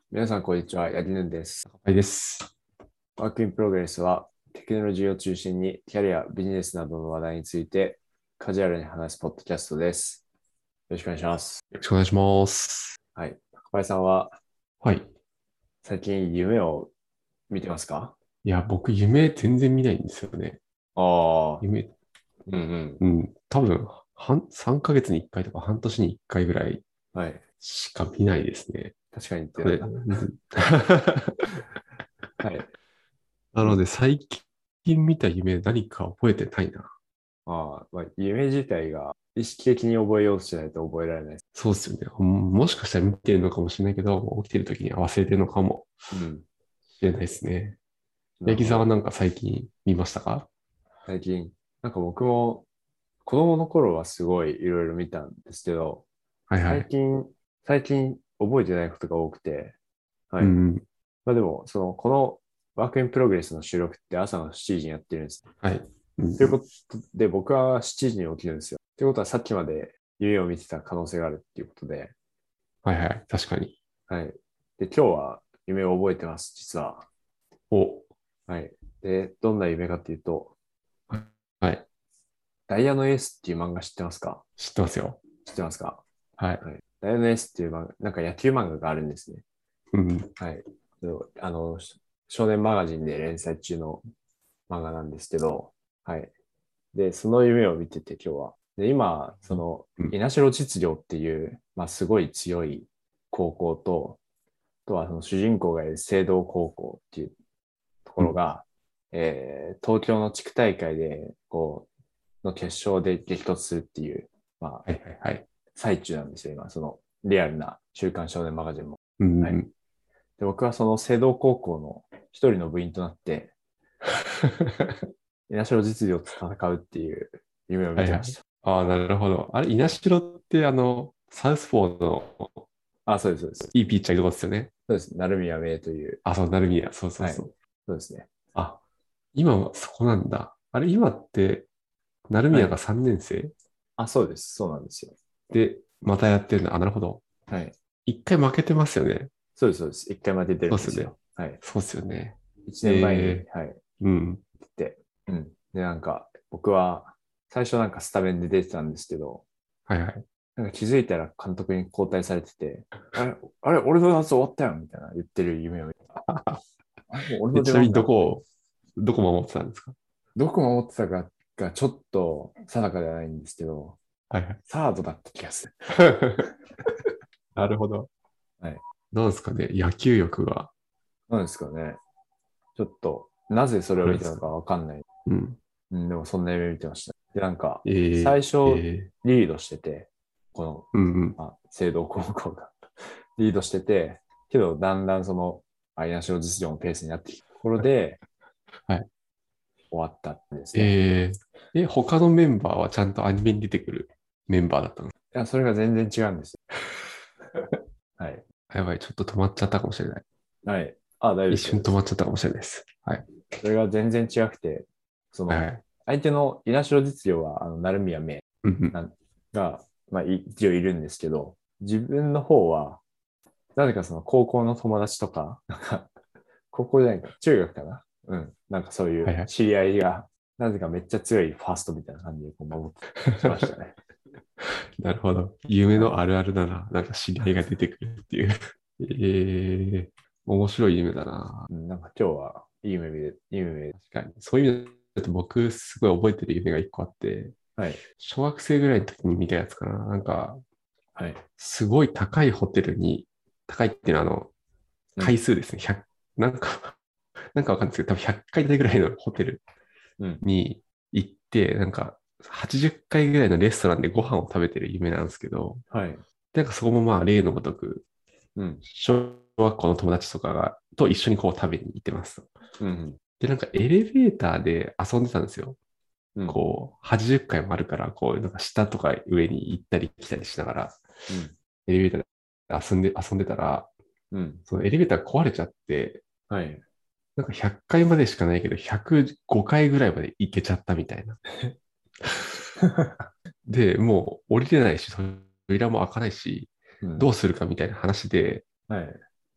皆さん、こんにちは。ヤギヌンです。 はいです。 ワークインプログレスは、テクノロジーを中心に、キャリア、ビジネスなどの話題について、カジュアルに話すポッドキャストです。よろしくお願いします。 よろしくお願いします。 はい。高林さんは、 はい。 最近夢を見てますか？ いや、僕、夢全然見ないんですよね。 ああ夢、 ー、うんうん。 うん、多分、3ヶ月に1回とか半年に1回ぐらいはい。 しか見ないですね。 確かに言ってなので、 たな。はい。 なのでうん。 最近見た夢何か覚えてないな。 夢自体が意識的に覚えようとしないと覚えられないです。 そうですよね。もしかしたら見てるのかもしれないけど、起きてる時には忘れてるのかもうん。 しれないですね。八木なるほど。 さんはなんか最近見ましたか？ 最近、なんか僕も子供の頃はすごいいろいろ見たんですけど、 はいはい。 最近覚えてないことが多くて、はい。 うんうん。 まあでも、このワークインプログレスの収録って朝の7時にやってるんです。 はい。うんうん。 ということで、僕は7時に起きるんですよ。ということは、さっきまで夢を見てた可能性があるっていうことで、 はいはい。確かに。 はい。で、今日は夢を覚えてます、実は。 お、 はい。で、どんな夢かっていうと、 はい。 ダイヤのエースっていう漫画知ってますか？ 知ってますよ。 知ってますか？ はい。 はい。ダイヤのエースっていう漫画、なんか野球漫画があるんですね。 うん。 はい。少年マガジンで連載中の漫画なんですけど、はい。で、その夢を見てて今日は。で、今、 うん。 稲城実業っていう、まあ、すごい強い高校と、あとはその主人公がいる聖堂高校っていうとこうん。 ろが、東京の地区大会で、の決勝で激突するっていう、まあ、 はいはいはい。 最中なんですよ、今、リアルな週刊少年マガジンも。 うんはい。 うん。 で、僕はその聖堂高校の一人の部員となって、稲城実業と戦うっていう夢をはいはい。 見てました。 ああ、なるほど。あれ、稲城ってサウスポーのあ、そうです、そうです。 いいピッチャーいるとこですよね。 そうです。成宮芽という。 あ、そう、成宮。そうそうはい。 そう。 そうですね。 あ、今はそこなんだ。あれ、今って、成はい。 宮が3年生あ、そうです。そうなんですよ。 で、またやってるんだ。あ、なるほど。 はい。 一回負けてますよね。 そうです、そうです。一回負けてそうですよね。 るんですよ。はい。 そうですよね。 一年前に、 えはい、 うん。 来て。うん。で、なんか、僕は、最初なんかスタメンで出てたんですけど、 はいはい。 なんか気づいたら監督に交代されてて、あれ、俺の夏終わったよみたいな言ってる夢を見た。あれ、もう俺の出ちなみに番かみたいな。 どこ守ってたんですか？ どこ守ってたかがちょっと定かではないんですけど、 はいはい。 サードだった気がする。 なるほど。 はい。 なんですかね、野球欲がなんですかね。ちょっと、なぜそれをあるんですか？ 見たのかわかんない。 うん。 うん、でもそんな夢見てました。で、なんか、 え最初、 えリードしてて、この、 うんうん。 聖堂高校がリードしてて、けど、だんだんアイナショ実業のペースになってきたところではい。 終わったんですね。 え他のメンバーはちゃんとアニメに出てくるメンバーだったの？ いや、それが全然違うんですよ。はい。 やばい、ちょっと止まっちゃったかもしれない。 はい。あ、大丈夫です、大一瞬丈夫です。 止まっちゃったかもしれないです。はい。 それが全然違くて、 はいはい。 相手の稲城実業は、成宮芽うんうん。 なんが、まあ、一応いるんですけど、自分の方は、なぜかその高校の友達とか、なんか、高校じゃないか、中学かな。うん。なんかそういはいはい。 う知り合いが、なぜかめっちゃ強いファーストみたいな感じで守ってきましたね。 なるほど。夢はい。 のあるあるだな。なんか知り合いが出てくるっていう。面白い夢だな。 うん、なんか今日はいい夢で、いい夢で。 確かに。そういう意味だと僕すごい覚えてる夢が一個あって、 はい。 小学生ぐらいの時に見たやつかな。なんか、 はい。 すごい高いホテルに、高いっていうのはうん。 回数ですね。なんか、なんかわかんないですけど、多分100階建てぐらいのホテルうん。 に行って、なんか、80階ぐらいのレストランでご飯を食べてる夢なんですけど、 はい。 なんかそこもまあ例のごとく、 うん。 小学校の友達とかと一緒にこう食べに行ってます。 うん。 で、なんかエレベーターで遊んでたんですよ。 うん。 こう、80階もあるから、こう、なんか下とか上に行ったり来たりしながら、 うん。 エレベーターで遊んでたら、 うん。 そのエレベーター壊れちゃって、 はい。 なんか100階までしかないけど、105階ぐらいまで行けちゃったみたいな。で、もう降りれないし、扉も開かないし、 うん。 どうするかみたいな話で、 はい。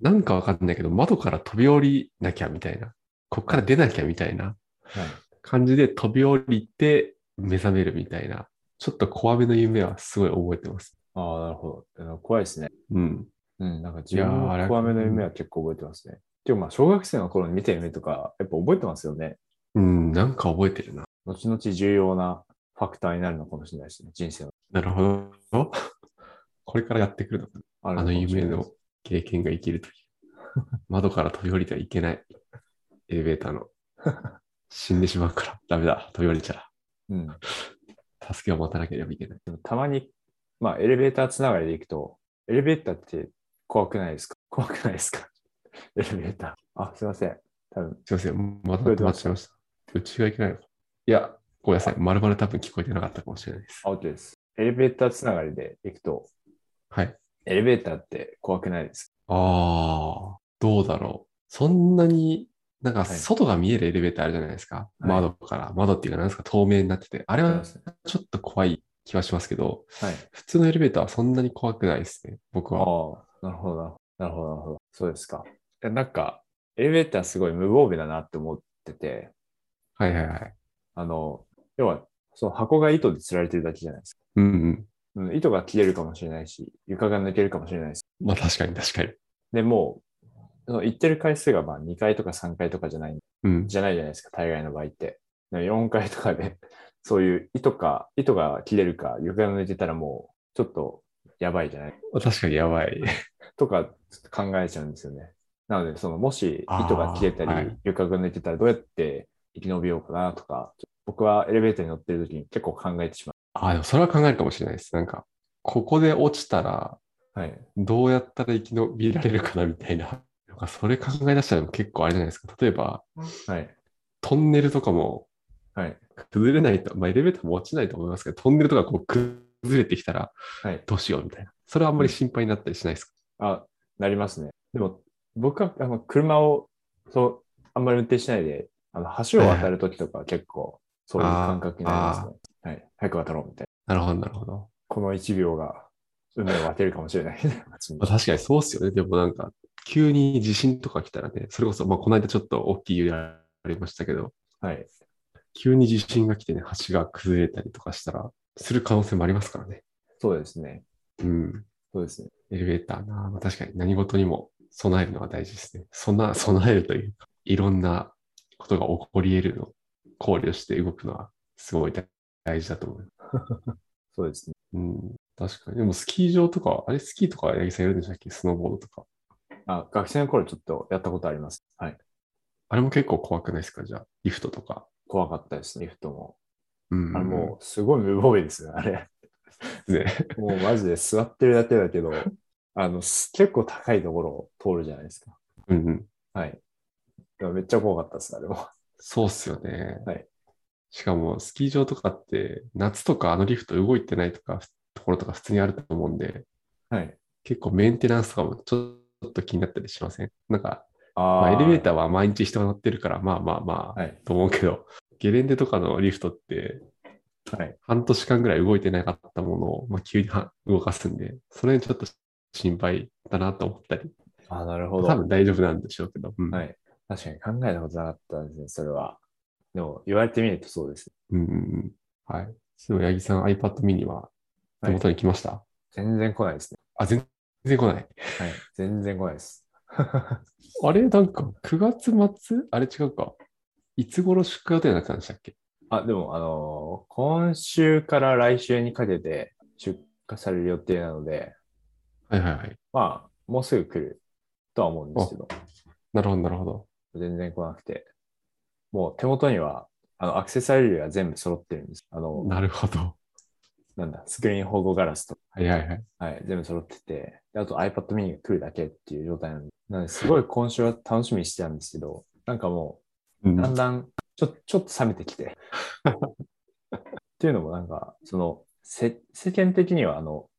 なんかわかんないけど、窓から飛び降りなきゃみたいな。こっから出なきゃみたいなはい。 感じで飛び降りて目覚めるみたいな。ちょっと怖めの夢はすごい覚えてます。 ああ、なるほど。怖いですね。 うん。 うん、なんか自いやー、 分もあれ、 怖めの夢うん、 は結構覚えてますね。でもまあ、小学生の頃に見た夢とか、やっぱ覚えてますよね。 うんなんか覚えてるな。 後々重要なファクターになるのかもしれないですね。人生の。 なるほど。これからやってくるのかな。あのあるのかもしれ夢のないです。 経験が生きるという。窓から飛び降りてはいけない。エレベーターの。死んでしまうから。ダメだ。飛び降りちゃうん。 う。助けを待たなければいけない。 でもたまに、まあ、エレベーターつながりで行くと、エレベーターって怖くないですか？怖くないですか？エレベーター。あ、すいません。多分、 すいません。また聞こえてました。 止まっちゃいました。うちがいけないのか。いや、ごめんなさい。 あ、 まるまる多分聞こえてなかったかもしれないです。 アウトです。エレベーターつながりで行くと、 はい。 エレベーターって怖くないですああ、どうだろう。そんなに、なんかか？はい。 外が見えるエレベーターあるじゃないですか。 はい。 窓っていうかなんですか、透明になってて。あれはありますね。 ちょっと怖い気はしますけど、 はい。 普通のエレベーターはそんなに怖くないですね。僕あは。 あ、なるほど、なるほど、なるほど。そうですか。なんか、エレベーターすごい無防備だなって思ってて、 はいはいはい。 あの、要は、その箱が糸で吊られてるだけじゃないですか。 うんうん。 うん、糸が切れるかもしれないし、床が抜けるかもしれないです。 まあ確かに確かに。 でもその行ってる回数がまあ2回とか3回とかうん。 じゃないじゃないですか、大概の場合って。4回とかで、そういう糸が切れるか、床が抜いてたらもう、ちょっとやばいじゃないまあ確かにやばい。 とか考えちゃうんですよね。なので、もし糸が切れああ、はたり、 い。 床が抜いてたらどうやって生き延びようかなとか、僕はエレベーターに乗ってる時に結構考えてしまああ、でもそれは考えるかもしれないです。なんか、ここで落ちたら、 う。はい。 どうやったら生き延びられるかなみたいな。なんかそれ考え出したら結構あれじゃないですか。例えば、 はい。 トンネルとかもはい。 崩れないと、まあエレベーターも落ちないと思いますけど、トンネルとかこう崩れてきたらはい。 どうしようみたいな。それはあんまりうん。 心配になったりしないですか？ あ、なりますね。でも、僕は車を、あんまり運転しないで、橋を渡るはいはい。 ときとか結構、そういう感あ覚になりますね。 あ、 はい。早く渡ろうみたいな。 なるほど、なるほど。 この1秒が運命を分けるかもしれない。街に。 まあ、確かにそうっすよね。でもなんか、急に地震とか来たらね、それこそ、まあこの間ちょっと大きい揺れありましたけど、 はい。 急に地震が来てね、橋が崩れたりとかしたら、する可能性もありますからね。 そうですね。 うん。 そうですね。 エレベーターな。まあ、確かに何事にも備えるのは大事ですね。備えるというか、いろんなことが起こり得るのを考慮して動くのはすごい大事だと思う。 そうですね。 うん。確かに。でもスキー場とか、あれスキーとか八木さんやるんでしたっけ？スノーボードとか。 あ、学生の頃ちょっとやったことあります。はい。 あれも結構怖くないですか？じゃあ、リフトとか。 怖かったですね。リフトも。 うんうんうん。 もう、すごい無防備ですね。あれ。 ね。 もうマジで座ってるだけだけど、結構高いところを通るじゃないですか。 うんうん。 はい。でもめっちゃ怖かったです、あれも。 そうっすよね。 はい。 しかも、スキー場とかって、夏とかあのリフト動いてないところとか普通にあると思うんで、 はい。 結構メンテナンスとかもちょっと気になったりしません？なんか、まあエレベーあターは毎日人が乗ってるから、まあまあまあ、 あ、 はい。 と思うけど、ゲレンデとかのリフトってはい。 半年間ぐらい動いてなかったものを、まあ、急に動かすんで、それちょっと心配だなと思ったり、 あ、なるほ多分ど。 大丈夫なんでしょうけど、うん。 はい。確かに考えたことなかったですね、それは。でも、言われてみるとそうですね。 うんうんうん。はい。でも、八木さん iPad mini は手はい。 元に来ました？ 全然来ないですね。 あ、全然来ない。 はい。全然来ないです。 あれなんか9月末あれ違うか。いつ頃出荷予定になってたんでしたっけ？ あ、でも、今週から来週にかけて出荷される予定なので、 はいはいはい。 まあ、もうすぐ来るとは思うんですあ、 けど、 なるほどなるほど。 全然来なくて、もう手元には、アクセサリー類が全部揃ってるんです。 なるほど。 なんだ、スクリーン保護ガラスと、 はいはいはい。 はい、全部揃ってて、であと iPad mini が来るだけっていう状態なので、すごい今週は楽しみにしてたんですけど、なんかもう、だうん。 んだん、ちょっと冷めてきて、っていうのもなんか、世間的には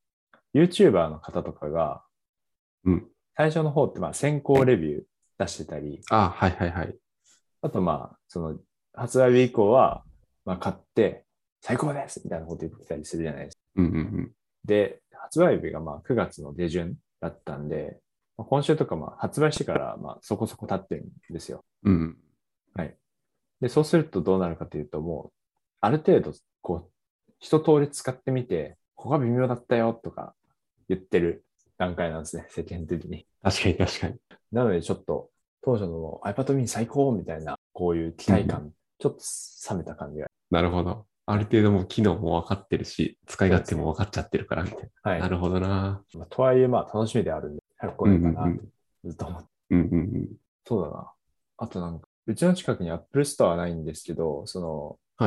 YouTuber の方とかが、 うん。 最初の方ってまあ先行レビュー出してたり、 あ、はいはいはい。 あとまあ、発売日以降は、まあ買って、最高ですみたいなこと言ってたりするじゃないですか。 うんうんうん。 で、発売日がまあ9月の下旬だったんで、 今週とか発売してからそこそこ経ってるんですよ。 うん。 はい。で、そうするとどうなるかというと、もう、ある程度、一通り使ってみて、ここが微妙だったよとか言ってる段階なんですね、世間的に。 確かに確かに。 なのでちょっと、当初の iPad mini 最高みたいな、こういう期うんうん。 待感、ちょっと冷めた感じが。 なるほど。あはい。 る程度もう機能も分かってるし、使い勝手そうですね。 も分かっちゃってるからみたいな。なはい。 るほどな。 とはいえ、楽しみであるんで、早く来うんうないかなと、 んずっと思って。 うん。うんうんうん。 そうだな。あとうちの近くに Apple Store はないんですけど、 はい。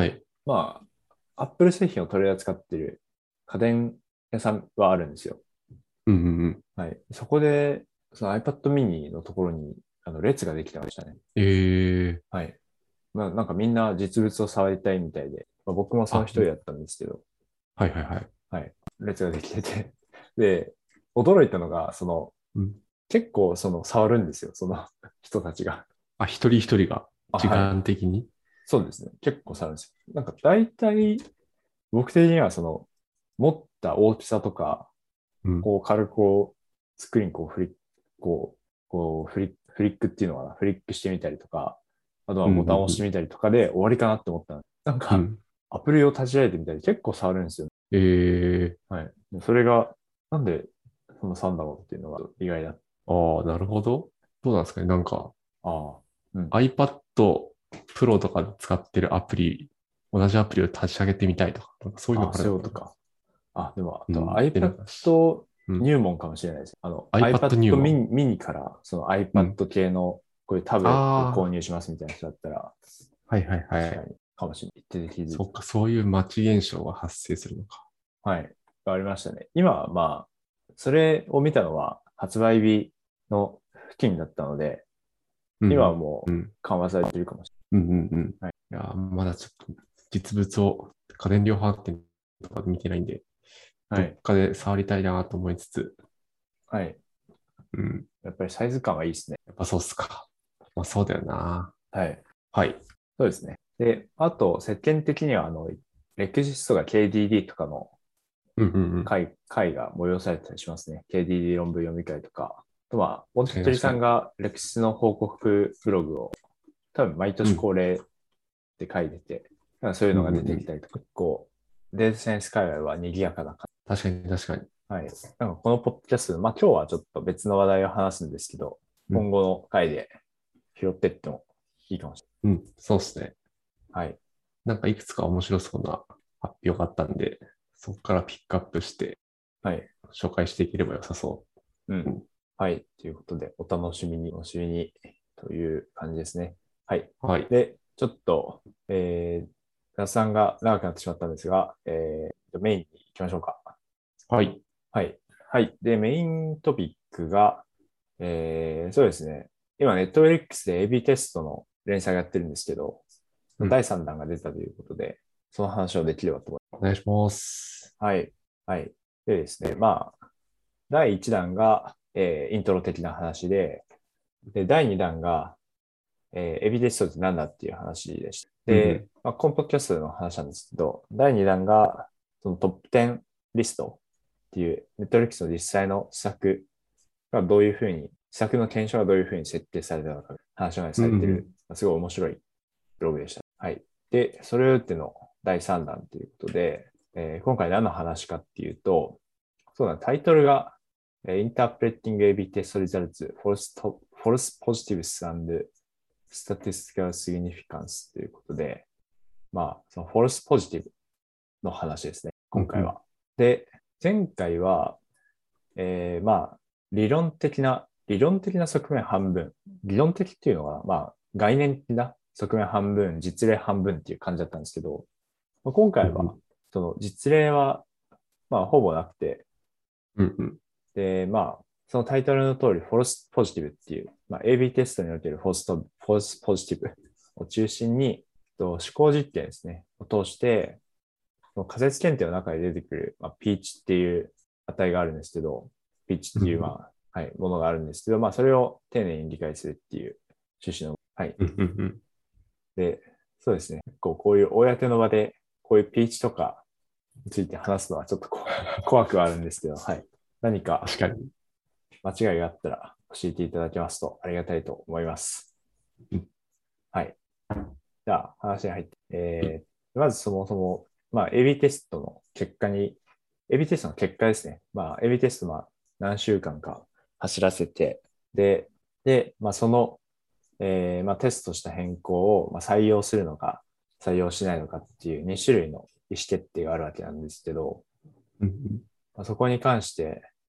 Apple 製品を取り扱っている家電屋さんはあるんですよ。 うんうんうん。 はい。そこで、その iPad mini のところに、列ができてましたね。 ええ、 はい。みんな実物を触りたいみたいで、僕もそのあ、 一人だったんですけど、 はいはいはい。 はい。列ができてて。で、驚いたのが、 うん。 結構触るんですよ、その人たちが。 あ、一人一人があ、 時はい。 間的に。 そうですね。結構触るんですよ。大体、僕的には持った大きさとか、 うん。 軽くスクリーンこう、フリックっていうのかな、フリックしてみたりとか、あとはうんボタンをうん押してみたりとかで終わりかなって思ったの。 うん。うん。 アプリを立ち上げてみたり結構触るんですよ。 ええ、 はい。でそれが、なんでその3だろうっていうのが意外だ。 ああ、なるほど。どうなんですかね。なんかああ、うん。 iPad Pro とかで使ってるアプリ、同じアプリを立ち上げてみたいとか、なんかそういうああ、 のがあるそういうことか。 のかな。 でも、あとうん。で、なん iPad かし、うん。 入門かもしれないです。 iPad iPad 入門。 mini からそのうん。 iPad 系のこういうタブレットを購あ入しますみたいな人だったら、 あ、はいはいはい。 確かにかもしれない。一定で気づいて。 そっか、そういう街現象が発生するのか。 はい。ありましたね。今はそれを見たのは発売日の付近だったので、今はうんもううん。 緩和されてるかもしうんうんうん。 れない。 いやー、まだちょっと実物を家電量販店とかで見てないんで、 はい。はい。 どっかで触りたいなと思いつつ、 はい。 うん。 やっぱりサイズ感はいいですね。 やっぱそうっすか。まあそうだよな。 はい。 はい。 そうですね。で、あと、世間的には、レクシスとか KDD とかのうんうんうん。 会が催されたりしますね。KDD 論文読み会とか。あとは、モンテッドリ確かに確かに。 さんがレクシスの報告ブログを多分毎うん。 年恒例で書いてて、そういううのが出んうんうん。 てきたりとか、データサイエンス界隈は賑やかな感確かに確かに。 じ。はい。このポッドキャスト、今日はちょっと別の話題を話すんですけど、 うん。 今後の回で拾ってってもいいかもしうん。そうっすね。 れない。はい。 なんかいくつか面白そうな発表があったんで、そこからピックアップしてはい。 紹介していければ良さそうう。うん。 ん。 はい。ということで、お楽しみにという感じですね。はい。 はい。 で、ちょっと、雑談が長くなってしまったんですが、メインに行きましょうか。 はい。 はい。はい。で、メイントピックが、そうですね。今、ネットフリックスで AB テストの連載がやってるんですけど、 うん。 第3弾が出たということで、その話をできればと思います。 お願いします。 はい。はい。でですね、第1弾が、イントロ的な話で、第2弾が、エビテストって何だっていう話でした。で、 うんうん。 コンポキャストの話なんですけど、第2弾が、そのトップ10リストっていう、ネットフリックスの実際の施策がどういうふうに、施策の検証がどういうふうに設定されたのか、話がうんうん。 されてる、すごい面白いブログでした。はい。で、それを打っての第3弾ということで、今回何の話かっていうと、そうだ、タイトルが、Interpreting A/B Test Results, False Positives and Statistical Significance ということで、その False Positive の話ですね、 うんうん。 今回は。で、前回は、理論的な側面半分。理論的っていうのは、概念的な側面半分、実例半分っていう感じだったんですけど、今回は、 うんうん。 その実例は、ほぼなくて、 うんうん。 で、そのタイトルの通り、フォルスポジティブっていう、AB テストにおけるフォルスポジティブを中心に、思考実験ですね、を通して、仮説検定の中で出てくる、ピーチっていう値があるんですけど、ピーチっていう、 うんうん。 はい、ものがあるんですけど、それを丁寧に理解するっていう趣旨の、はい。 うんうんうん。 で、そうですね、こういう公の場で、こういうピーチとかについて話すのはちょっと怖くはあるんですけど、はい。何か確かに。 間違いがあったら教えていただけますとありがたいと思います。 うん。 はい。じゃあ、話に入って、まずそもそも、まあ、AB テストの結果に、AB テストの結果ですね。まあ、AB テスト、まあ、何週間か走らせて、で、まあ、その、まあ、テストした変更を、まあ、採用するのか、採用しないのかっていう2種類の意思決定があるわけなんですけど、 うん。 まあ、そこに関して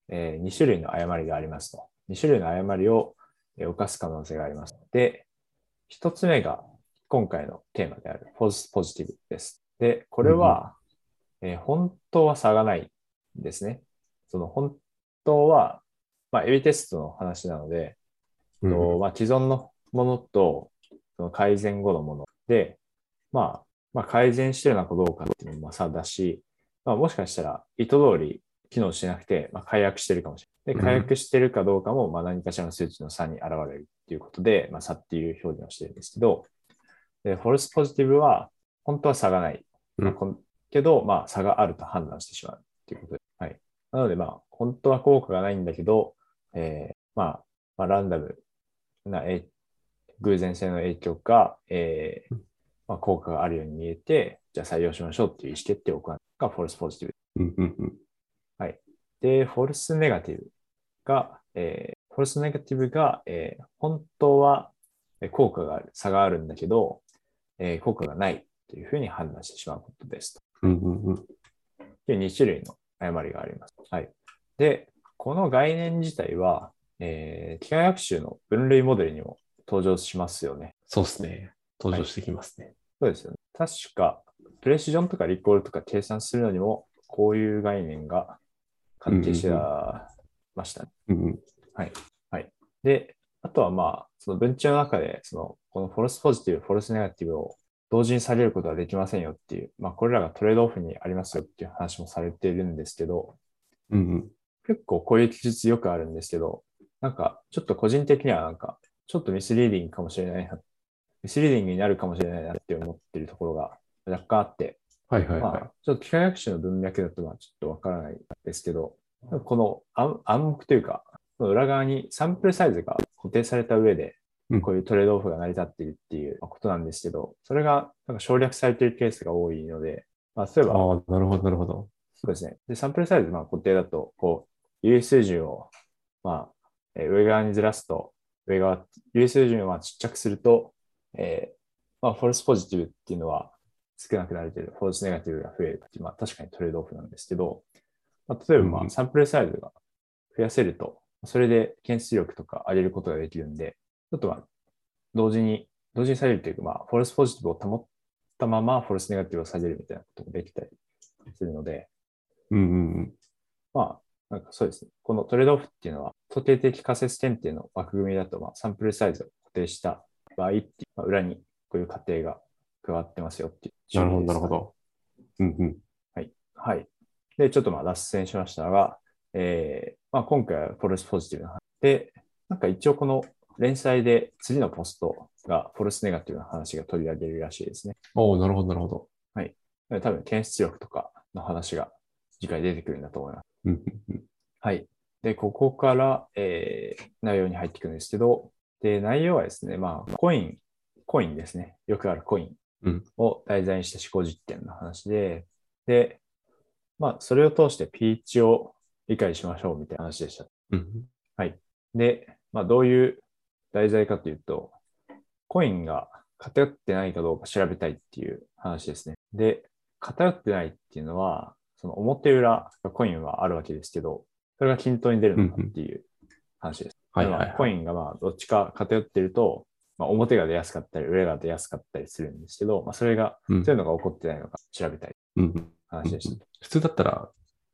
、2種類の誤りがありますと。2種類の誤りを犯す可能性があります。で、1つ目が今回のテーマであるフォースポジティブです。で、こうん。 れは、本当は差がないんですね。その本当は、まあ、エビテストの話なので、 うん。 まあ、既存のものとその改善後のもので、まあ、改善してるのかどうかっていうのも差だし、まあ、もしかしたら意図通り機能しなくて、まあ、解約してるかもしれない。で、解うん。 約してるかどうかも、まあ、何かしらの数値の差に現れるっていうことで、まあ、差っていう表現をしてるんですけど、で、フォルスポジティブは、本当は差がない。まあ、 うん。 けど、まあ、差があると判断してしまうっていうことで。はい。なので、まあ、本当は効果がないんだけど、まあ、ランダムな偶然性の影響か、まあ、効果があるように見えて、じゃあ採用しましょうっていう意思決定を行うのがフォルスポジティブ。 うん。うん。 はい。で、フォルスネガティブが、フォルスネガティブが、本当は効果がある、差があるんだけど、効果がないというふうに判断してしまうことですと。 うん。 はい。 うん。うん。 という2種類の誤りがあります。はい。で、この概念自体は、機械学習の分類モデルにも登場しますよね。 そうですね。登はい。 場してきますね。 そうですよね。確か、プレシジョンとかリコールとか計算するのにも、こういう概念がうん。 関係してうん。 ましたね。 うん。うん。 はい。はい。で、あとはまあ、その文中の中で、このフォルスポジティブ、フォルスネガティブを同時に下げることはできませんよっていう、まあ、これらがトレードオフにありますよっていう話もされているんですけど、 うん。 結構こういう記述よくあるんですけど、なんか、ちょっと個人的にはなんか、ちょっとミスリーディングかもしれないな、ミスリーディングになるかもしれないなって思っているところが若干あって、 はいはいはい。 まあ、ちょっと機械学習の文脈だとまあちょっとわからないですけど、この暗黙というか、裏側にサンプルサイズが固定された上で、 うん。 こういうトレードオフが成り立っているっていうことなんですけど、それがなんか省略されているケースが多いので、まあ、例えば、 ああ、なるほど、なるほど。 そうですね。で、サンプルサイズまあ固定だと、こう、有数順を、まあ、上側にずらすと、有数順をまあちっちゃくすると、まあ、フォルスポジティブっていうのは少なくなるけど、フォルスネガティブが増えるっていう、まあ確かにトレードオフなんですけど、まあ、例えばまあうん。 サンプルサイズが増やせると、それで検出力とか上げることができるんで、ちょっとまあ同時に下げるというか、まあ、フォルスポジティブを保ったまま、フォルスネガティブを下げるみたいなこともできたりするので、 うん。うん。 まあ、なんかそうですね。このトレードオフっていうのは、統計的仮説検定の枠組みだと、まあ、サンプルサイズを固定した場合っていう、まあ、裏にこういう過程が加わってますよっていうなるほど、 注意ですかね。 なるほど。うん。うん。 はい。はい。で、ちょっとまあ脱線しましたが、まあ、今回はフォルスポジティブな話で、なんか一応この連載で次のポストがフォルスネガティブな話が取り上げるらしいですね。 おお、なるほど、なるほど。 はい。多分検出力とかの話が次回出てくるんだと思います。 うん。うん。 はい。で、ここから、内容に入っていくんですけど、で、内容はですね、まあ、コインですね。よくあるコインうん。 を題材にした思考実験の話で、まあ、それを通してピーチを理解しましょうみたいな話でした。 うん。 はい。で、まあ、どういう題材かというと、コインが偏ってないかどうか調べたいっていう話ですね。で、偏ってないっていうのは、その表裏がコインはあるわけですけど、それが均等に出るのうん。うん。 かっていう話です。 はいでまあ、 はいはい。 コインがまあどっちか偏ってると、まあ、表が出やすかったり、裏が出やすかったりするんですけど、まあ、 うん。 そういうのが起こってないのか調べたいうん。うん。 話でした。 普通だったら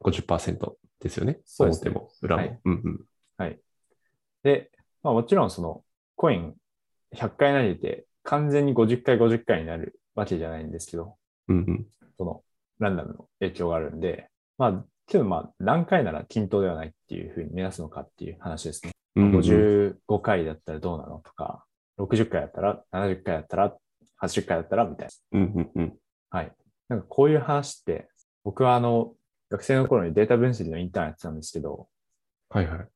50%ですよね。 そうですね。 表も裏はい。 も。うん。うん。 はい。で、まあ、もちろんそのコイン100回投げて完全に50回50回になるわけじゃないんですけど、 うん。うん。 そのランダムの影響があるんで、まあ、けどまあ、何回なら均等ではないっていうふうに目指すのかっていう話ですね。まあ、 うん。うん。 55回だったらどうなのとか、60回だったら、70回だったら、80回だったらみたいうん。うん。 な。はい。なんかこういう話って、僕は学生の頃にデータ分析のインターンやってたんですけど、 はいはい。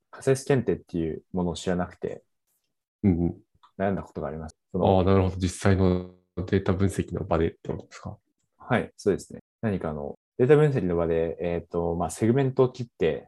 仮説検定っていうものを知らなくてうんうん。 悩んだことがあります。 ああ、なるほど。実際のデータ分析の場でってことですか？ はい、そうですね。何かデータ分析の場で、まあ、セグメントを切って、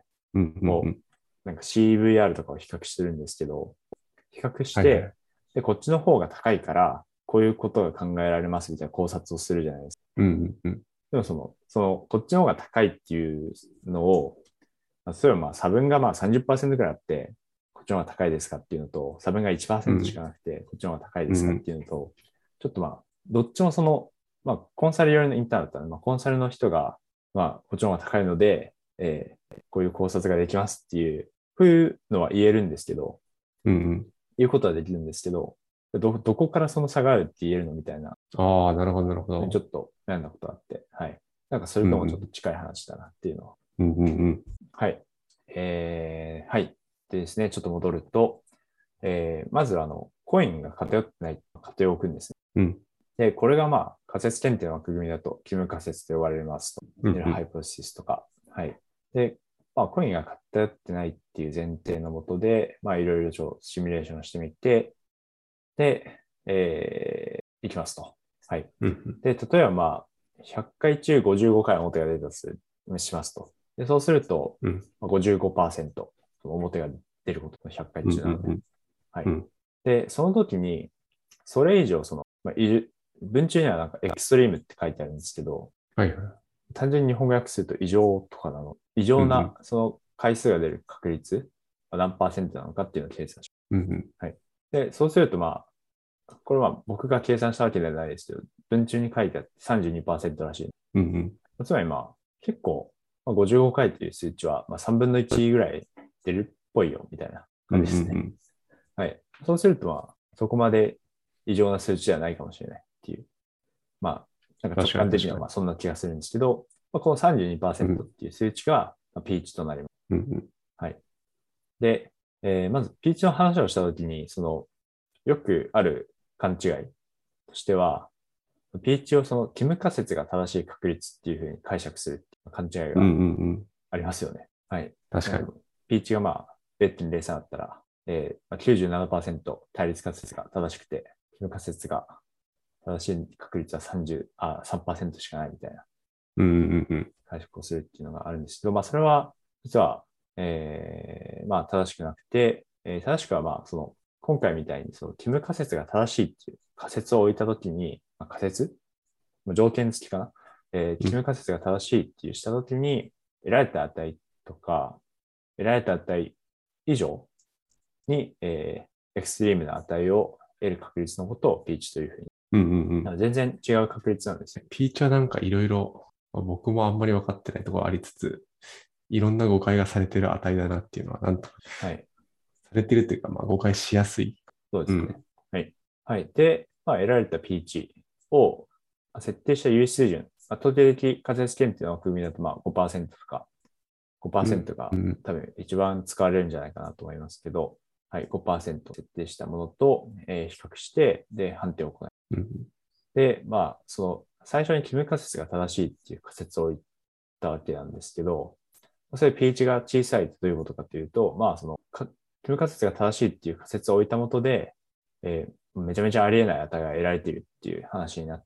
うんうんうこん。 う、なんか CVR とかを比較してるんですけど、比較しはいはい。 て、で、こっちの方が高いから、こういうことが考えられますみたいな考察をするじゃないですか。 うんうんうん。 でもこっちの方が高いっていうのを、例えばまあ差分がまあ30%くらいあって、こっちの方が高いですかっていうのと、差分が1%しうんかなくて、こっちの方が高いですかっうんていうのと、ちょっとまあ、どっちもまあ、コンサル寄りのインターンだったら、まあ、コンサルの人が、まあ、こっちの方が高いので、こういう考察ができますっていう、こういうのは言えるんですけど、 うんうん。 言うことはできるんですけど、どこからその差があるって言えるのみたいな、 ああ、なるほど、なるほど。 ちょっと悩んだことがあって、はい。なんかそれともちょっとうんうん。 近い話だなっていうのは。 うんうんうん。 はい。はい。でですね、ちょっと戻ると、まずコインが偏ってない仮定を置くんですね。 うん。 で、これがまあ、仮説検定の枠組みだと、キム仮説と呼ばれますと。 うんうん。 ネルハイポシスとか。はい。で、まあ、コインが偏ってないっていう前提のもとで、まあ、いろいろシミュレーションしてみて、で、いきますと。はい。 うんうん。 で、例えばまあ、100回中55回表が出たとしますと。で、そうすると、 うん。 まあ55%、その表が出ることの100回うん中なので。 うん。 はい。 うん。 で、その時に、それ以上、まあ、文中にはなんかエクストリームって書いてあるんですけど、 はいはい。 単純に日本語訳すると異常とか異常な、 うんうん。 その回数が出る確率は何パーセントなのかっていうのを計算しうんうん。 ます。はい。で、そうするとまあ、これは僕が計算したわけではないですけど、文中に書いてあって32%らしい。 うんうん。 つまりまあ、結構、まあ、55回という数値は、まあ、3分の1ぐらい出るっぽいよ、みたいなうんう感じですね。 ん。 はい。そうするとまあ、そこまで異常な数値ではないかもしれないっていう。まあ、なんか直確かに感的には確かに。 まあそんな気がするんですけど、まあ、この32%っうん。 ていう数値がまあピーチとなります。 うんうん。 はい。で、まずピーチの話をしたときに、よくある勘違いとしては、ピーチをキム仮説が正しい確率っていうふうに解釈する勘違いがうんうんうん。 ありますよね。はい。 確かに。 ピーチがまあ0.03だったら、まあ、97%対立仮説が正しくて、キム仮説が正しい確率は3%しかないみたいなうんうんうん。 解釈をするっていうのがあるんですけど、まあそれは実は、まあ正しくなくて、正しくはまあ今回みたいにキム仮説が正しいっていう仮説を置いたときに、まあ、仮説条件付きかな。キム仮説が正しいっていうしたときに、得られた値とか、得られた値以上に、エクストリームな値を得る確率のことをピーチというふうに。 うんうんうん。 全然違う確率なんですね。 ピーチはなんかいろいろ、僕もあんまり分かってないところありつつ、いろんな誤解がされてる値だなっていうのは、なんとかはい。 されてるというか、まあ誤解しやすい。 そうですね。 うん。 はい。はい。で、まあ、得られた P 値を設定した有質水準。まあ、統計的仮説検定の組みだとまあ5%とか、 うん。 5%がうん。 多分一番使われるんじゃないかなと思いますけど、はい、5%設定したものと、比較して、で、判定を行い。 うん。 で、まあ、最初にキム仮説が正しいっていう仮説を言ったわけなんですけど、それ P 値が小さいとどういうことかというと、まあ、キム仮説が正しいっていう仮説を置いたもとで、めちゃめちゃありえない値が得られているっていう話になって、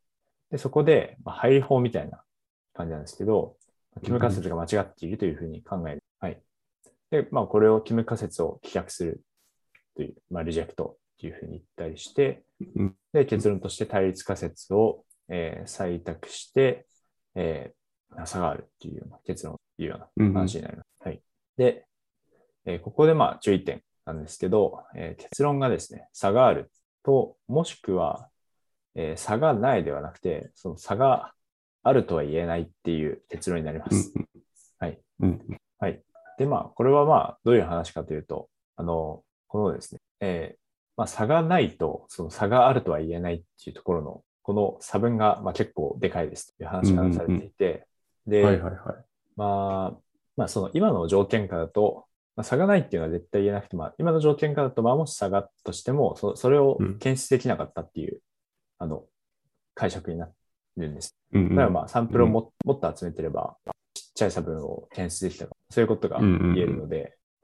で、そこで、まあ、配理法みたいな感じなんですけど、キム仮説が間違っているというふうに考える。はい。で、まあ、これをキム仮説を棄却するという、まあ、リジェクトっていうふうに言ったりして、 うん。 で、結論として対立仮説を、採択して、差があるっていうような結論というようなうん。 話になります。はい。で、ここでまあ注意点なんですけど、結論がですね、差があると、もしくは、差がないではなくて、その差があるとは言えないっていう結論になりまうん。 す。はい。 うん。 はい。で、まあ、これはまあ、どういう話かというと、このですね、まあ、差がないと、その差があるとは言えないっていうところの、この差分がまあ結構でかいですといううん。 話がされうん。 ていて、 はいで、 はいはい。 まあ、その今の条件下だと、まあ、差がないっていうのは絶対言えなくて、まあ、今の条件下だと、まあ、もし差があったとしても、それをうん。 検出できなかったっていう、あの、解釈になるんです。 うん。うん。 だからまあ、サンプうん。 ルをもっと集めてれば、ちっちゃい差分を検出できたか、そういうことうん。うが言えるん。 ので、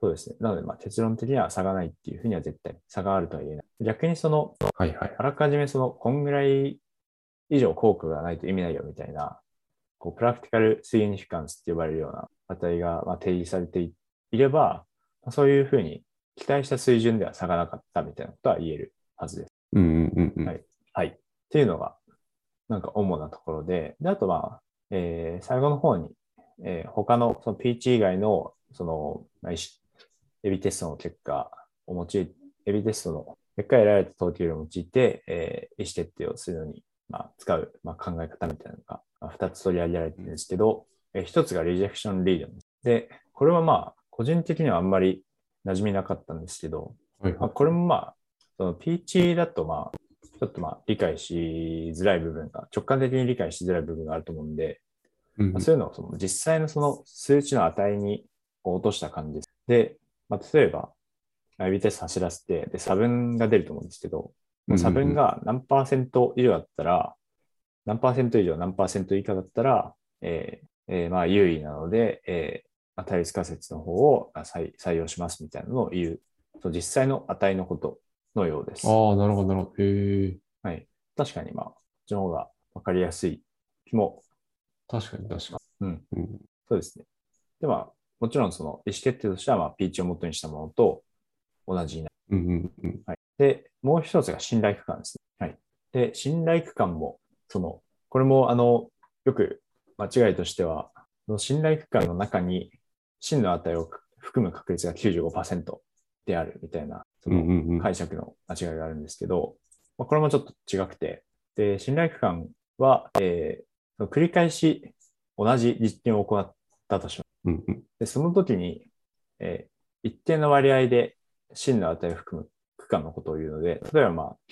そうですね。なので、結論的には差がないっていうふうには絶対差があるとは言えない。逆にはいはい。 あらかじめこんぐらい以上効果がないと意味ないよみたいな、プラクティカルシグニフィカンスって呼ばれるような値が定義されていれば、そういうふうに期待した水準では差がなかったみたいなことは言えるはずです。 うんうんうんうん。 はい。はい。っていうのが、なんか主なところで、あと最後の方に、他のその PH 以外の、エビテストの結果を用い、エビテストの結果得られた統計を用いて、意思決定をするのに、使う、考え方みたいなのが、2つ取り上げられてるんですけど、1つがリジェクションリードです。で、これは個人的にはあんまり馴染みなかったんですけど、 はいはい。 これもその PH だとちょっと理解しづらい部分が、直感的に理解しづらい部分があると思うんで、 うんうん。 そういうのを実際のその数値の値に落とした感じです。で、例えば、エビテスト走らせて、で、差分が出ると思うんですけど、 うんうん差分うん。 が何パーセント以上だったら、何パーセント以上、何パーセント以下だったら、優位なので、対立仮説の方を採用しますみたいなのを言う、実際の値のことのようです。 ああ、なるほど、なるほど。へえ。 はい。確かにこっちの方がわかりやすい気も、 確かに確かうん、 に。うん。 そうですね。で、もちろんその意思決定としては、ピーチを元にしたものと同じになる。 うんうんうん。 はい。で、もう一つが信頼区間ですね。はい。で、信頼区間も、これも、よく間違いとしては、その信頼区間の中に真の値を含む確率が95%であるみたいな、 うんうんうん。 解釈の間違いがあるんですけど、これもちょっと違くて、で、信頼区間は、繰り返し同じ実験を行ったとします。 うんうん。 で、その時に、一定の割合で真の値を含む区間のことを言うので、例えば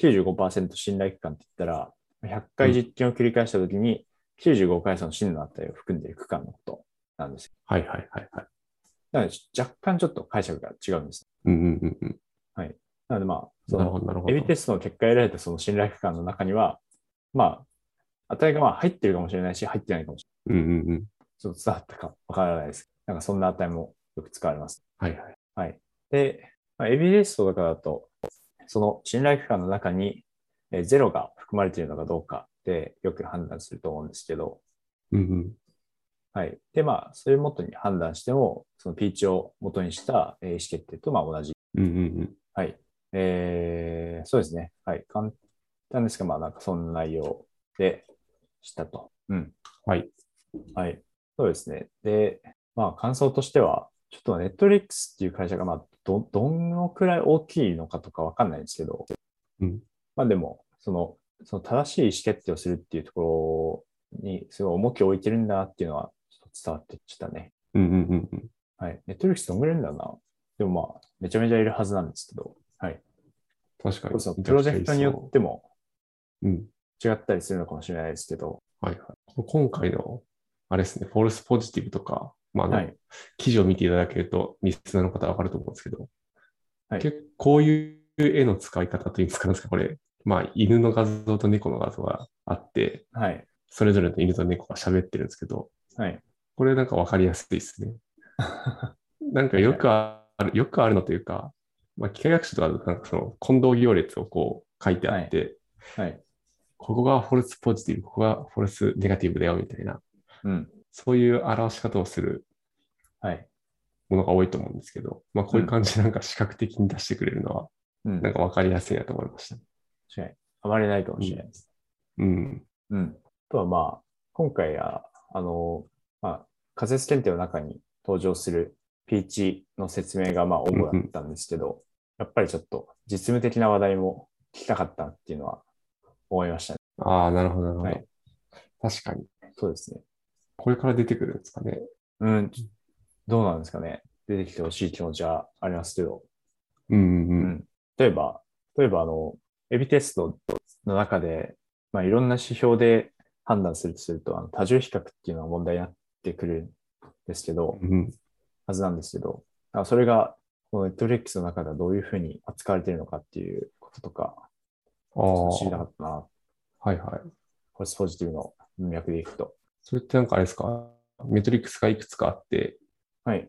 95%信頼区間って言ったら、100回実験を繰り返したときに、95回その真の値を含んでいる区間のことなんですよ。 はいはいはいはい。 なので、若干ちょっと解釈が違うんです。 うんうんうんうん。 はい。なのでなるほど、なるほエビテど。 ストの結果得られたその信頼区間の中には、ま値が入ってるかもしれないし、入ってないかもしうんうんうん。 れない。ちょっと伝わったかわからないです。なんかそんな値もよく使われます。 はいはい。 はい。で、エビテストとかだと、その信頼区間の中にゼロが含まれているのかどうかでよく判断すると思うんですけど、 うんうん。 はい。で、それを元に判断しても、そのピーチを元にした意思決定と同じ。 うんうんうん。 はい。そうですね。はい。簡単ですが、なんかそんな内容でしたと。うん。 はい。 はい。そうですね。で、感想としては、ちょっとネットリックスっていう会社が、どのくらい大きいのかとかわかんないんですけど、 うん。 でも、その正しい意思決定をするっていうところに、すごい重きを置いてるんだなっていうのは、ちょっと伝わってきたね。 うんうんうんうん。 はい。ネットリックスどんぐらいいるんだろうな。でもめちゃめちゃいるはずなんですけど、はい。 確かに。 そのプロめちゃくちゃいジェクトによっそてもう。うん。 違ったりするのかもしれないですけど、 はいはい。今回の、あれですね、フォルスポジティブとか、 はい。 記事を見ていただけると、リスナーの方はわかると思うんですけど、 はい。 結構こういう絵の使い方というんですか、なんですか、これ、犬の画像と猫の画像があって、 はい。 それぞれの犬と猫が喋ってるんですけど、 はい。 これなんかわかりやすいですね。なんか確かに。 よくあるのというか、機械学習とかだとなんかその混同行列をこう書いてあはい。 って、 はい。 ここがフォルスポジティブ、ここがフォルスネガティブだよみたいな、 うん。 そういう表し方をするはい。 ものが多いと思うんですけど、こういううん。 感じでなんか視覚的に出してくれるのは、 うん。 なんかわかりやすいなと思いました。 確かに。あまりないかもうん。 しれないです。 うん。 うん。あとは今回は、仮説検定の中に登場する PH の説明が主うんうん。 だったんですけど、やっぱりちょっと実務的な話題も聞きたかったっていうのは思いましたね。 ああ、なるほど、なるほはい。 ど。確かに。 そうですね。 これから出てくるんですかね。 うん。どうなんですかね。出てきてほしい気持ちはありますけど。 うんうんうん。 うん。例えば、例えばエビテストの中で、いろんな指標で判断するとすると、多重比較っていうのは問題になってくるんですけど、 うんうん。 はずなんですけど、それが、このネットフリックスの中ではどういうふうに扱われているのかっていうこととか、 あちょっと知りたかあ、 ったな。 はいはい。 コスポジティブの文脈でいくと。 それってなんかあれですか、メトリックスがいくつかあって、 はい。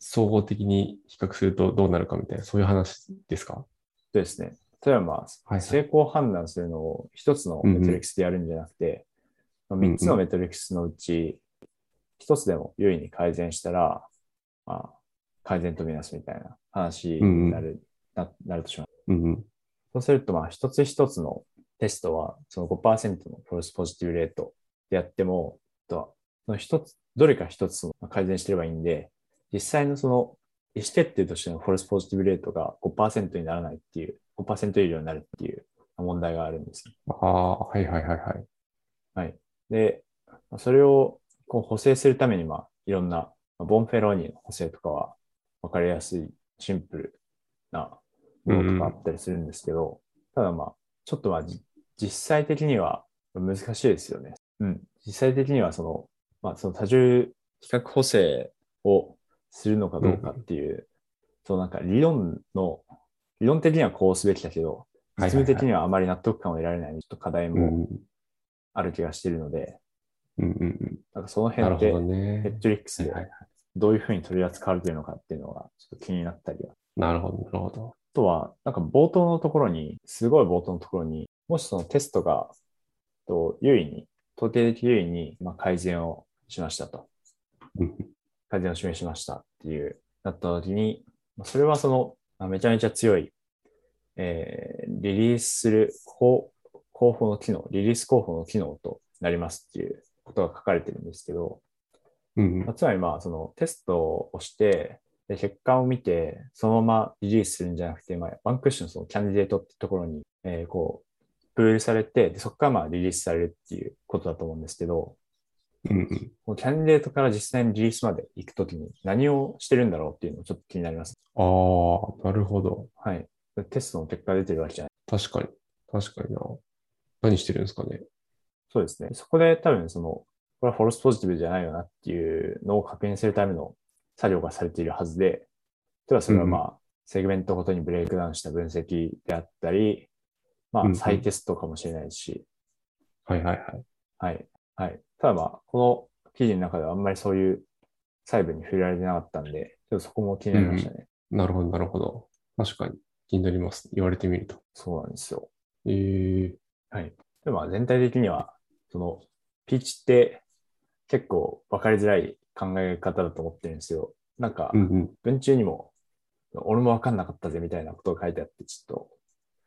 総合的に比較するとどうなるかみたいな、そういう話ですか？ そうですね。例えば成はいはい。 功判断するのを一つのメトリッうんうん。 クスでやるんじゃなくて、三つのうんうん。 メトリックスのうち一つでも優位に改善したら、まあ、改善とみなすみたいな話うんうん。 になるとします。 うんうん。 そうすると、一つ一つのテストは、その5%のフォルスポジティブレートでやっても、その一つ、どれか一つ改善してればいいんで、実際のその意思決定としてのフォルスポジティブレートが5%にならないっていう、5%以上になるっていう問題があるんですね。 ああ、はいはいはいはい。 はい。で、それをこう補正するために、いろんな、ボンフェローニの補正とかは分かりやすい、シンプルなうものとかあんったりするんですけど、ただちょっと実際的には難しいですよね。うん。実際的にはその多重比較補正をするのかうん。うどうかっん。 ていう、そのなんか理論的にはこうすべきだけど、実務的にはいはいはい。 はあまり納得感を得られないちょっと課題もうん。 ある気がしているので、 うんうんうん。 なんかそのなるほど辺って、ヘッね。 ドリックスではいはいはい。 どういうふうに取り扱われているのかっていうのがちょっと気になったりは。あなるほど、なるほど。 とは、なんか冒頭のところに、すごい冒頭のところに、もしそのテストが、統計的優位に、改善をしましたと。 うん改善を示しましたっていう、なった時に、それはめちゃめちゃ強い、リリースする候補の機能、リリース候補の機能となりますっていうことが書かれてるんですけど、 うんつまりそのテストをして、で結果を見て、そのままリリースするんじゃなくて、ワンクッションそのキャンディデートってところに、プールされて、でそこからリリースされるっていうことだと思うんですけど、 うんうん。 このキャンディデートから実際にリリースまで行くときに何をしてるんだろうっていうのがちょっと気になります。 ああ、なるほど。 はい。テストの結果が出てるわけじゃない。 確かに。確かにな。何してるんですかね。 そうですね。そこで多分これはフォルスポジティブじゃないよなっていうのを確認するための作業がされているはずで、例えばそれはうんうん。 セグメントごとにブレイクダウンした分析であったり、再うんうん。 テストかもしれないし、 はいはいはい。 はい。はい。ただこの記事の中ではあんまりそういう細部に触れられてなかったんで、ちょっとそこも気にうんうん。 なりましたね。 なるほど、なるほど。確かに気になります。言われてみると。 そうなんですよ。 ええ。 はい。で、全体的には、ピッチって結構分かりづらい考え方だと思ってるんですよ。なんか、 うんうん。 文中にも、俺も分かんなかったぜみたいなことが書いてあって、ちょっと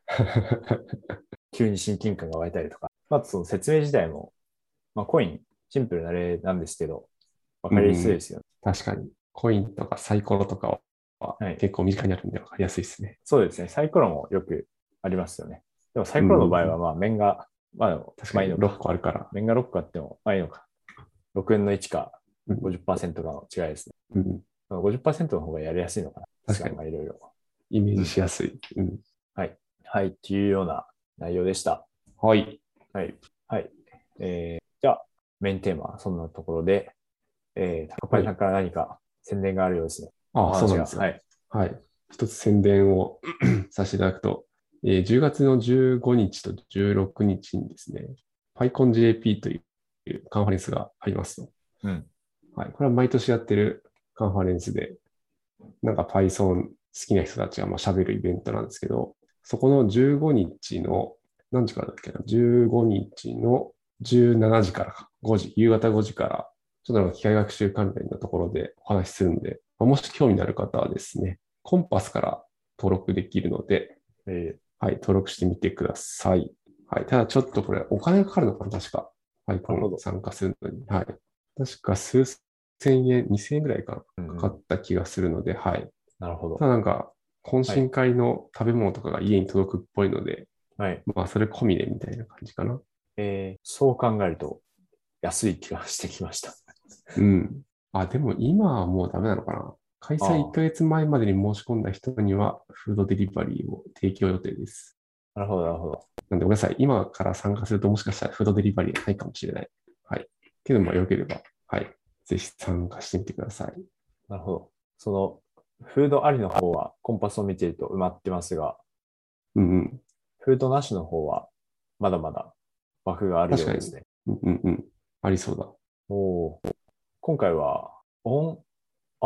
急に親近感が湧いたりとか。あとその説明自体も、コイン、シンプルな例なんですけど、分かりやすいうんうん。 ですよね。 確かに。コインとかサイコロとかははい。 結構身近にあるんで分かりやすいですね。 そうですね。サイコロもよくありますよね。でもサイうんコロの場合は、 うんうん。 面が、 確かに6 いいのか。 個あるから。 面が6個あっても、いいのか。6分の1かうん 50%かの違いですね。 うん。 50%の方がやりやすいのかな。ですが、 確かに。 いろいろ。 イメージうん。 しやすい。うん。 はい。はい。っていうような内容でした。 はい。 はい。はい。じゃあ、メインテーマはそんなところで、高パはい。 イさんから何か宣伝があるようですね。おああ、そうな話が。 んですよ。 はい。 はい。一つ宣伝をさせていただくと、10月の15日と16日にちにですね、PyConJP というカンファレンスがありますと。 うん。 はい。これは毎年やってるカンファレンスで、なんか Python 好きな人たちが喋るイベントなんですけど、そこの15日の、何時からだっけな、15日の17時からか、5時、夕方5時から、ちょっとなんか機械学習関連のところでお話しするんで、もし興味のある方はですね、コンパスから登録できるので、 えはい、登録してみてください。はい、ただちょっとこれお金がかかるのかな、確か。 なるほ PyCon ど。 参加するのに。はい。確か数千円、2000円ぐらいかうんうん。 かった気がするので、はい。 なるほど。 ただなんか、懇はい。 親会の食べ物とかが家に届くっぽいので、 はい。 まあ、それ込みでみたいな感じかな。 そう考えると安い気がしてきました。 うん。あ、でも今はもうダメなのかな。開催1 あヶ月前までに申し込んだ人には、フードデリバリーを提供予定です。 あ、なるほど、なるほど。 なんで、ごめんなさい。今から参加するともしかしたらフードデリバリーはないかもしれない。はい。けど、まあ、よければ、はい。ぜひ参加してみてください。 なるほど。フードありの方はコンパスを見ていると埋まってますが、 うんうん。 フードなしの方はまだまだ枠がある確かに。 ようですね。 うんうんうん。ありそうだ。 おお、今回は、オン、あ、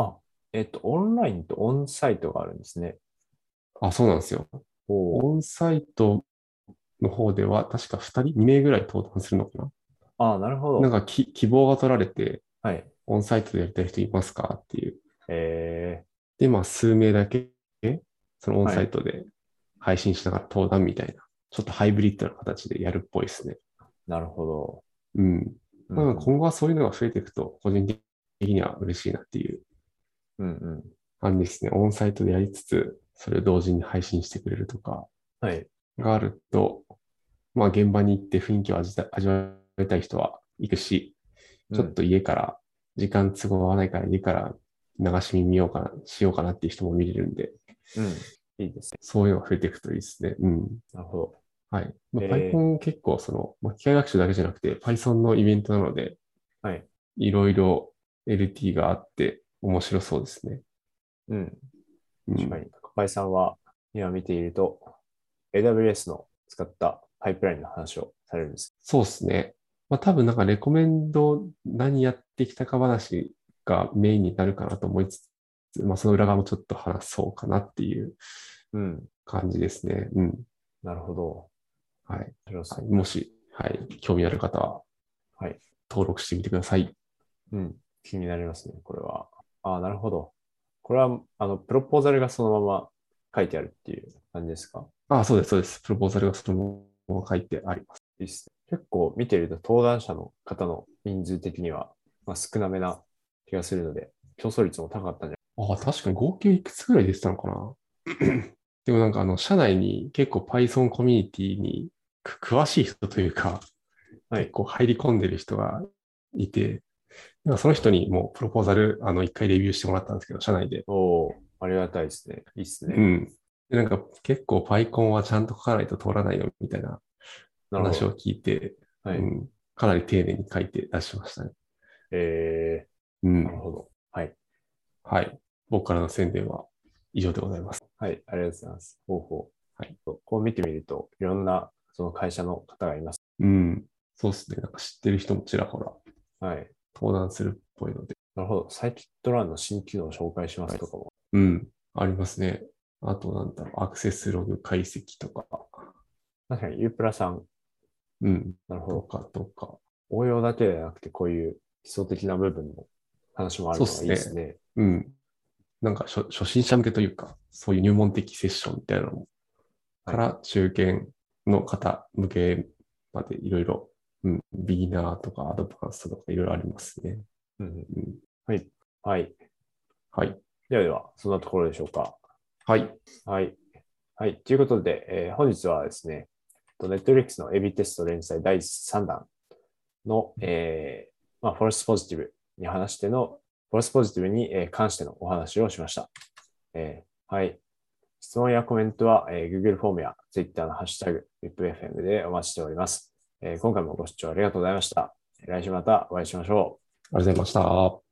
オンラインとオンサイトがあるんですね。 あ、そうなんですよ。 おー。 オンサイトの方では確か2人、2名ぐらい登壇するのかな。 ああ、なるほど。 なんか希望が取られて、 はい。 オンサイトでやりたい人いますかっていう。 えで、まあ、数名だけ、そのオンはい。 サイトで配信しながら登壇みたいな、ちょっとハイブリッドな形でやるっぽいですね。 なるほど。 うん。まあ、 うんうん。 今後はそういうのが増えていくと、個人的には嬉しいなっていううんうん。 感じですね。オンサイトでやりつつ、それを同時に配信してくれるとかはい。 があると、まあ、現場に行って雰囲気を味わいたい人は行くし、 うん。 ちょっと家から、時間都合合わないから家から流し見見ようかな、しようかなっていう人も見れるんで、 うん。いいですね。 そういうのが増えていくといいですね。うん。 なるほど。 はい。まあ、 え Python 結構まあ、機械学習だけじゃなくて Python のイベントなので、 はい。 いろいろ LT があって面白そうですね。 うん。 うん。 確かに。高井さんは今見ていると、AWS の使ったパイプラインの話をされるんです。 そうですね。まあ、多分なんかレコメンド何やってきたか話がメインになるかなと思いつつ、まあ、その裏側もちょっと話そうかなっていううん。 感じですね。うん。 なるほど。 はい。はい、 面白そう。 もし、はい、興味ある方ははい。 登録してみてください。 うん。気になりますね、これは。ああ、なるほど。これは、プロポーザルがそのまま書いてあるっていう感じですか？ あ、そうです、そうです。プロポーザルがそのまま書いてあります。 いいっすね。結構見てると登壇者の方の人数的には、まあ、少なめな気がするので、競争率も高かったんじあ、確かに合計いくつぐらい出てたのかな。でもなんか社内に結構 Python コミュニティに詳しい人というか、 ゃない。はい。 結構入り込んでる人がいて、なんかその人にもうプロポーザル、一回レビューしてもらったんですけど、社内で。 おー、ありがたいですね。いいっすね。 うん。で、なんか結構 PyCon はちゃんと書かないと通らないよみたいななるほど。 話を聞いて、 はい。 うん。かなり丁寧に書いて出しましたね。なるなるほど。はい。 はい。僕からの宣伝は以上でございます。 はい。ありがとうございます。ほうほはい。 う。こう見てみると、いろんなその会社の方がいます。 うん。そうですね。なんか知ってる人もちらほらはい。 登壇するっぽいので。 なるほど。サイキットランの新機能を紹介しますとかも。 うん。ありますね。あとなんだろう、アクセスログ解析とか。 確かに、ユープラさん。 うん。 なるほど。 とかとか。 応用だけではなくて、こういう基礎的な部分の話もあるのがいいそうですね。 ですね。 うん。なんか初心者向けというか、そういう入門的セッションみたいなのはい。 から中堅の方向けまでいろいろ、うん、ビギナーとかアドバンストとかいろいろありますね。 うんうん。 うん、 はい。はい。 はい。 ではでは、そんなところでしょうか。 はい。 はい。はい。ということで、本日はですね、Netflix のエビテスト連載第3弾の、まあ、フォルスポジティブに話しての、フォルスポジティブに関してのお話をしました。はい。質問やコメントは、Google フォームや Twitter のハッシュタグ、WIPFM でお待ちしております。今回もご視聴ありがとうございました。来週またお会いしましょう。 ありがとうございました。